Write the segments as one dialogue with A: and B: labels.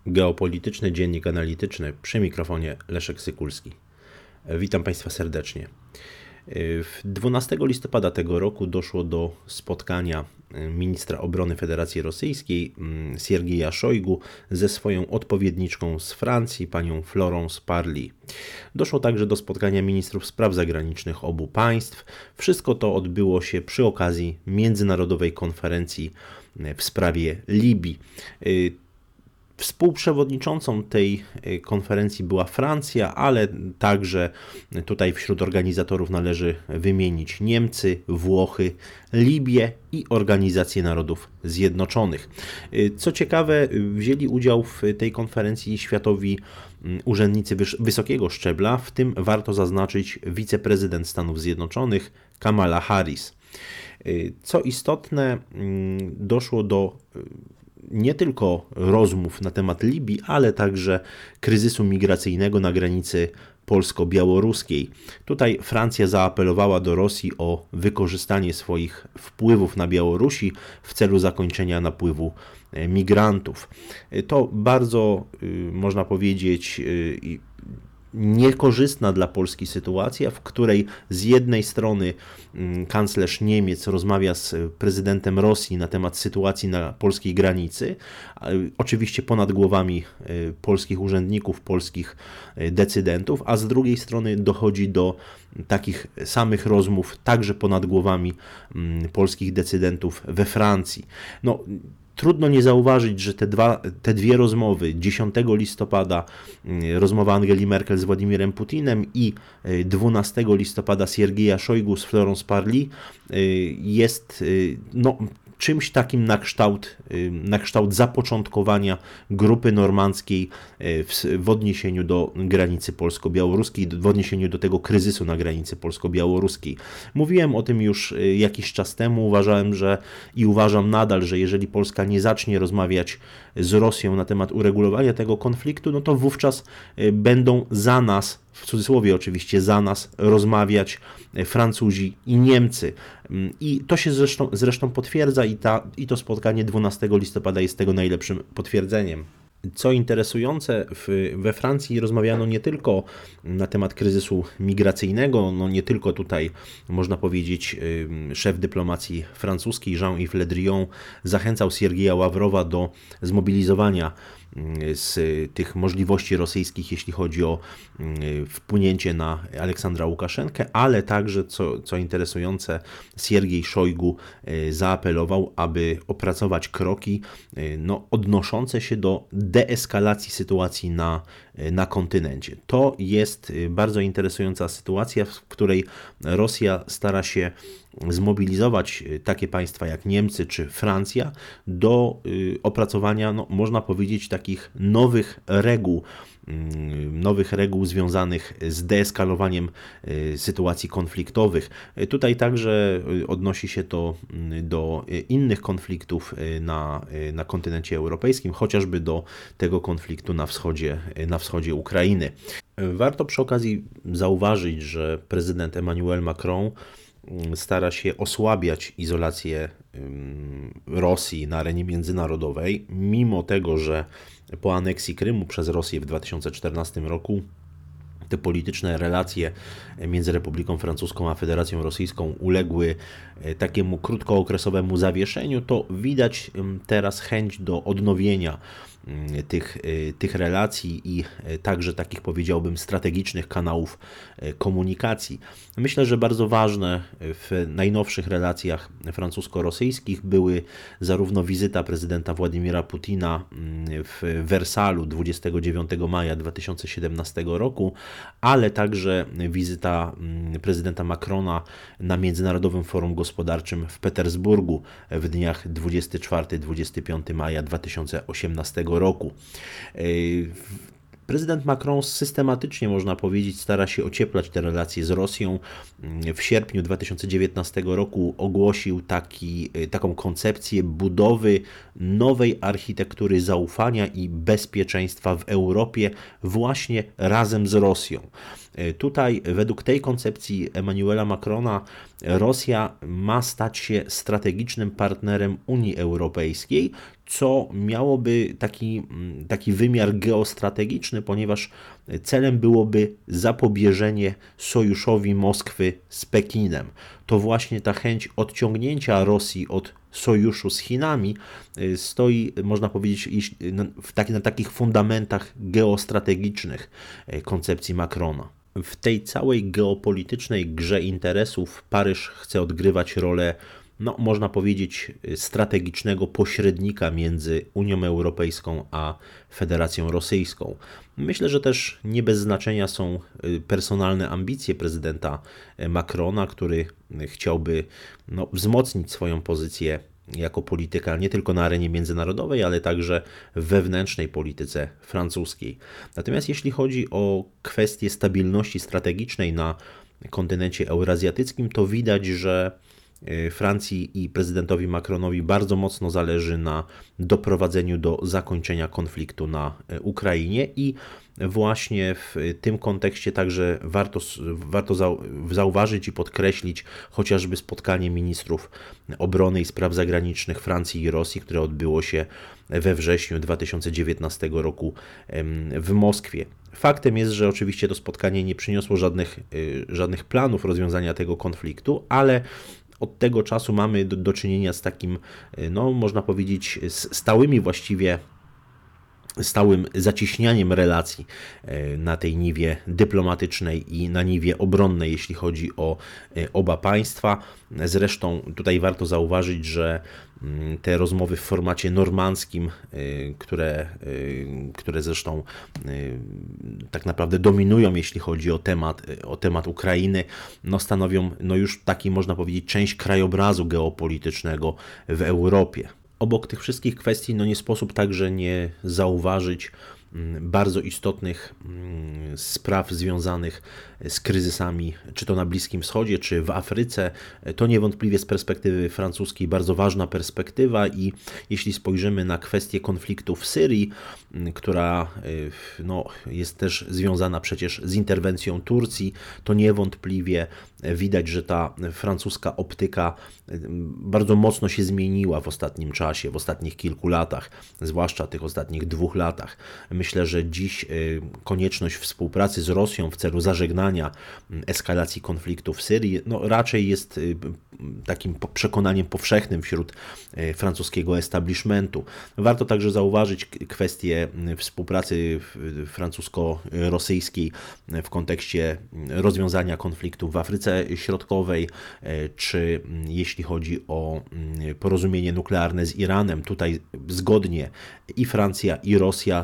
A: Geopolityczny Dziennik Analityczny, przy mikrofonie Leszek Sykulski. Witam Państwa serdecznie. 12 listopada tego roku doszło do spotkania ministra obrony Federacji Rosyjskiej Siergieja Szojgu ze swoją odpowiedniczką z Francji, panią Florence Parly. Doszło także do spotkania ministrów spraw zagranicznych obu państw. Wszystko to odbyło się przy okazji międzynarodowej konferencji w sprawie Libii. Współprzewodniczącą tej konferencji była Francja, ale także tutaj wśród organizatorów należy wymienić Niemcy, Włochy, Libię i Organizację Narodów Zjednoczonych. Co ciekawe, wzięli udział w tej konferencji światowi urzędnicy wysokiego szczebla, w tym warto zaznaczyć wiceprezydent Stanów Zjednoczonych Kamala Harris. Co istotne, doszło do nie tylko rozmów na temat Libii, ale także kryzysu migracyjnego na granicy polsko-białoruskiej. Tutaj Francja zaapelowała do Rosji o wykorzystanie swoich wpływów na Białorusi w celu zakończenia napływu migrantów. To bardzo, można powiedzieć, niekorzystna dla Polski sytuacja, w której z jednej strony kanclerz Niemiec rozmawia z prezydentem Rosji na temat sytuacji na polskiej granicy, oczywiście ponad głowami polskich urzędników, polskich decydentów, a z drugiej strony dochodzi do takich samych rozmów także ponad głowami polskich decydentów we Francji. Trudno nie zauważyć, że te dwie rozmowy, 10 listopada rozmowa Angeli Merkel z Władimirem Putinem i 12 listopada Siergieja Szojgu z Florence Parly jest czymś takim na kształt zapoczątkowania grupy normandzkiej w odniesieniu do granicy polsko-białoruskiej, w odniesieniu do tego kryzysu na granicy polsko-białoruskiej. Mówiłem o tym już jakiś czas temu, uważam nadal, że jeżeli Polska nie zacznie rozmawiać z Rosją na temat uregulowania tego konfliktu, to wówczas będą za nas, w cudzysłowie oczywiście, za nas rozmawiać Francuzi i Niemcy. I to się zresztą potwierdza i to spotkanie 12 listopada jest tego najlepszym potwierdzeniem. Co interesujące, we Francji rozmawiano nie tylko na temat kryzysu migracyjnego, nie tylko tutaj, można powiedzieć, szef dyplomacji francuskiej Jean-Yves Le Drian zachęcał Siergieja Ławrowa do zmobilizowania z tych możliwości rosyjskich, jeśli chodzi o wpłynięcie na Aleksandra Łukaszenkę, ale także, co interesujące, Siergiej Szojgu zaapelował, aby opracować kroki odnoszące się do deeskalacji sytuacji na kontynencie. To jest bardzo interesująca sytuacja, w której Rosja stara się zmobilizować takie państwa jak Niemcy czy Francja do opracowania, można powiedzieć, takich nowych reguł związanych z deeskalowaniem sytuacji konfliktowych. Tutaj także odnosi się to do innych konfliktów na kontynencie europejskim, chociażby do tego konfliktu na wschodzie Ukrainy. Warto przy okazji zauważyć, że prezydent Emmanuel Macron stara się osłabiać izolację Rosji na arenie międzynarodowej, mimo tego, że po aneksji Krymu przez Rosję w 2014 roku te polityczne relacje między Republiką Francuską a Federacją Rosyjską uległy takiemu krótkookresowemu zawieszeniu, to widać teraz chęć do odnowienia tych relacji i także takich, powiedziałbym, strategicznych kanałów komunikacji. Myślę, że bardzo ważne w najnowszych relacjach francusko-rosyjskich były zarówno wizyta prezydenta Władimira Putina w Wersalu 29 maja 2017 roku, ale także wizyta prezydenta Macrona na Międzynarodowym Forum Gospodarczym w Petersburgu w dniach 24-25 maja 2018 roku. Prezydent Macron systematycznie, można powiedzieć, stara się ocieplać te relacje z Rosją. W sierpniu 2019 roku ogłosił taką koncepcję budowy nowej architektury zaufania i bezpieczeństwa w Europie właśnie razem z Rosją. Tutaj według tej koncepcji Emmanuela Macrona Rosja ma stać się strategicznym partnerem Unii Europejskiej, co miałoby taki wymiar geostrategiczny, ponieważ celem byłoby zapobieżenie sojuszowi Moskwy z Pekinem. To właśnie ta chęć odciągnięcia Rosji od sojuszu z Chinami stoi, można powiedzieć, na takich fundamentach geostrategicznych koncepcji Macrona. W tej całej geopolitycznej grze interesów Paryż chce odgrywać rolę, można powiedzieć, strategicznego pośrednika między Unią Europejską a Federacją Rosyjską. Myślę, że też nie bez znaczenia są personalne ambicje prezydenta Macrona, który chciałby wzmocnić swoją pozycję jako polityka nie tylko na arenie międzynarodowej, ale także w wewnętrznej polityce francuskiej. Natomiast jeśli chodzi o kwestię stabilności strategicznej na kontynencie eurazjatyckim, to widać, że Francji i prezydentowi Macronowi bardzo mocno zależy na doprowadzeniu do zakończenia konfliktu na Ukrainie i właśnie w tym kontekście także warto zauważyć i podkreślić chociażby spotkanie ministrów obrony i spraw zagranicznych Francji i Rosji, które odbyło się we wrześniu 2019 roku w Moskwie. Faktem jest, że oczywiście to spotkanie nie przyniosło żadnych planów rozwiązania tego konfliktu, ale od tego czasu mamy do czynienia z takim, można powiedzieć, stałym zacieśnianiem relacji na tej niwie dyplomatycznej i na niwie obronnej, jeśli chodzi o oba państwa. Zresztą tutaj warto zauważyć, że te rozmowy w formacie normandzkim, które zresztą tak naprawdę dominują, jeśli chodzi o temat Ukrainy, stanowią już taki, można powiedzieć, część krajobrazu geopolitycznego w Europie. Obok tych wszystkich kwestii nie sposób także nie zauważyć bardzo istotnych spraw związanych z kryzysami, czy to na Bliskim Wschodzie, czy w Afryce. To niewątpliwie z perspektywy francuskiej bardzo ważna perspektywa i jeśli spojrzymy na kwestię konfliktu w Syrii, która jest też związana przecież z interwencją Turcji, to niewątpliwie widać, że ta francuska optyka bardzo mocno się zmieniła w ostatnim czasie, w ostatnich kilku latach, zwłaszcza tych ostatnich 2 latach. Myślę, że dziś konieczność współpracy z Rosją w celu zażegnania eskalacji konfliktu w Syrii raczej jest takim przekonaniem powszechnym wśród francuskiego establishmentu. Warto także zauważyć kwestię współpracy francusko-rosyjskiej w kontekście rozwiązania konfliktu w Afryce Środkowej, czy jeśli chodzi o porozumienie nuklearne z Iranem. Tutaj zgodnie i Francja, i Rosja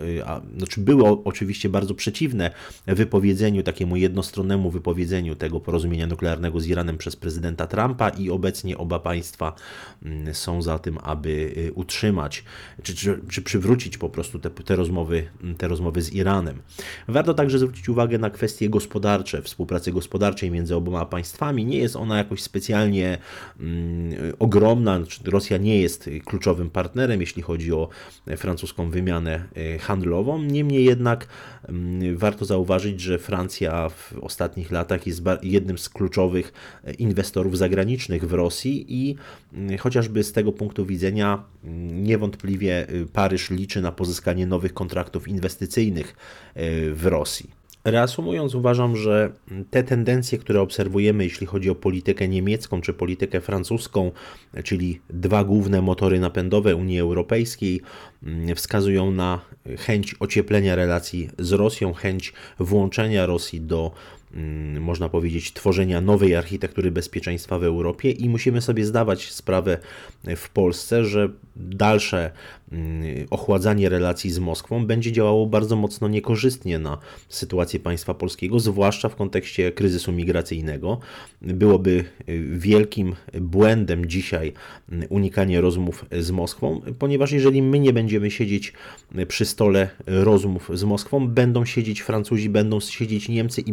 A: były oczywiście bardzo przeciwne takiemu jednostronnemu wypowiedzeniu tego porozumienia nuklearnego z Iranem przez prezydenta Trumpa i obecnie oba państwa są za tym, aby utrzymać, czy przywrócić po prostu te rozmowy z Iranem. Warto także zwrócić uwagę na kwestie gospodarcze, współpracy gospodarczej między oboma państwami. Nie jest ona jakoś specjalnie ogromna. Rosja nie jest kluczowym partnerem, jeśli chodzi o francuską wymianę handlową. Niemniej jednak warto zauważyć, że Francja w ostatnich latach jest jednym z kluczowych inwestorów zagranicznych w Rosji i chociażby z tego punktu widzenia niewątpliwie Paryż liczy na pozyskanie nowych kontraktów inwestycyjnych w Rosji. Reasumując, uważam, że te tendencje, które obserwujemy, jeśli chodzi o politykę niemiecką czy politykę francuską, czyli 2 główne motory napędowe Unii Europejskiej, wskazują na chęć ocieplenia relacji z Rosją, chęć włączenia Rosji do, można powiedzieć, tworzenia nowej architektury bezpieczeństwa w Europie i musimy sobie zdawać sprawę w Polsce, że dalsze ochładzanie relacji z Moskwą będzie działało bardzo mocno niekorzystnie na sytuację państwa polskiego, zwłaszcza w kontekście kryzysu migracyjnego. Byłoby wielkim błędem dzisiaj unikanie rozmów z Moskwą, ponieważ jeżeli my nie będziemy siedzieć przy stole rozmów z Moskwą, będą siedzieć Francuzi, będą siedzieć Niemcy i będą rozmawiać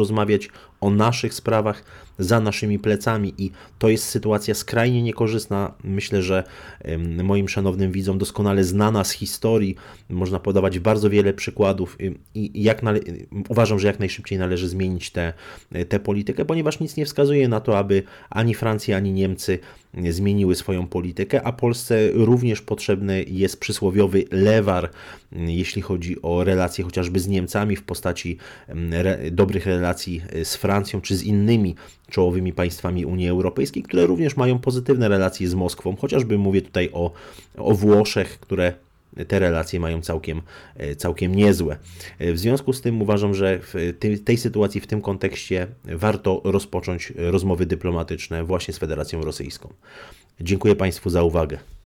A: rozmawiać o naszych sprawach za naszymi plecami i to jest sytuacja skrajnie niekorzystna. Myślę, że moim szanownym widzom doskonale znana z historii, można podawać bardzo wiele przykładów i uważam, że jak najszybciej należy zmienić tę politykę, ponieważ nic nie wskazuje na to, aby ani Francja, ani Niemcy zmieniły swoją politykę, a Polsce również potrzebny jest przysłowiowy lewar, jeśli chodzi o relacje chociażby z Niemcami w postaci dobrych relacji z Francją czy z innymi czołowymi państwami Unii Europejskiej, które również mają pozytywne relacje z Moskwą, chociażby mówię tutaj o Włoszech, które te relacje mają całkiem niezłe. W związku z tym uważam, że w tej sytuacji, w tym kontekście warto rozpocząć rozmowy dyplomatyczne właśnie z Federacją Rosyjską. Dziękuję Państwu za uwagę.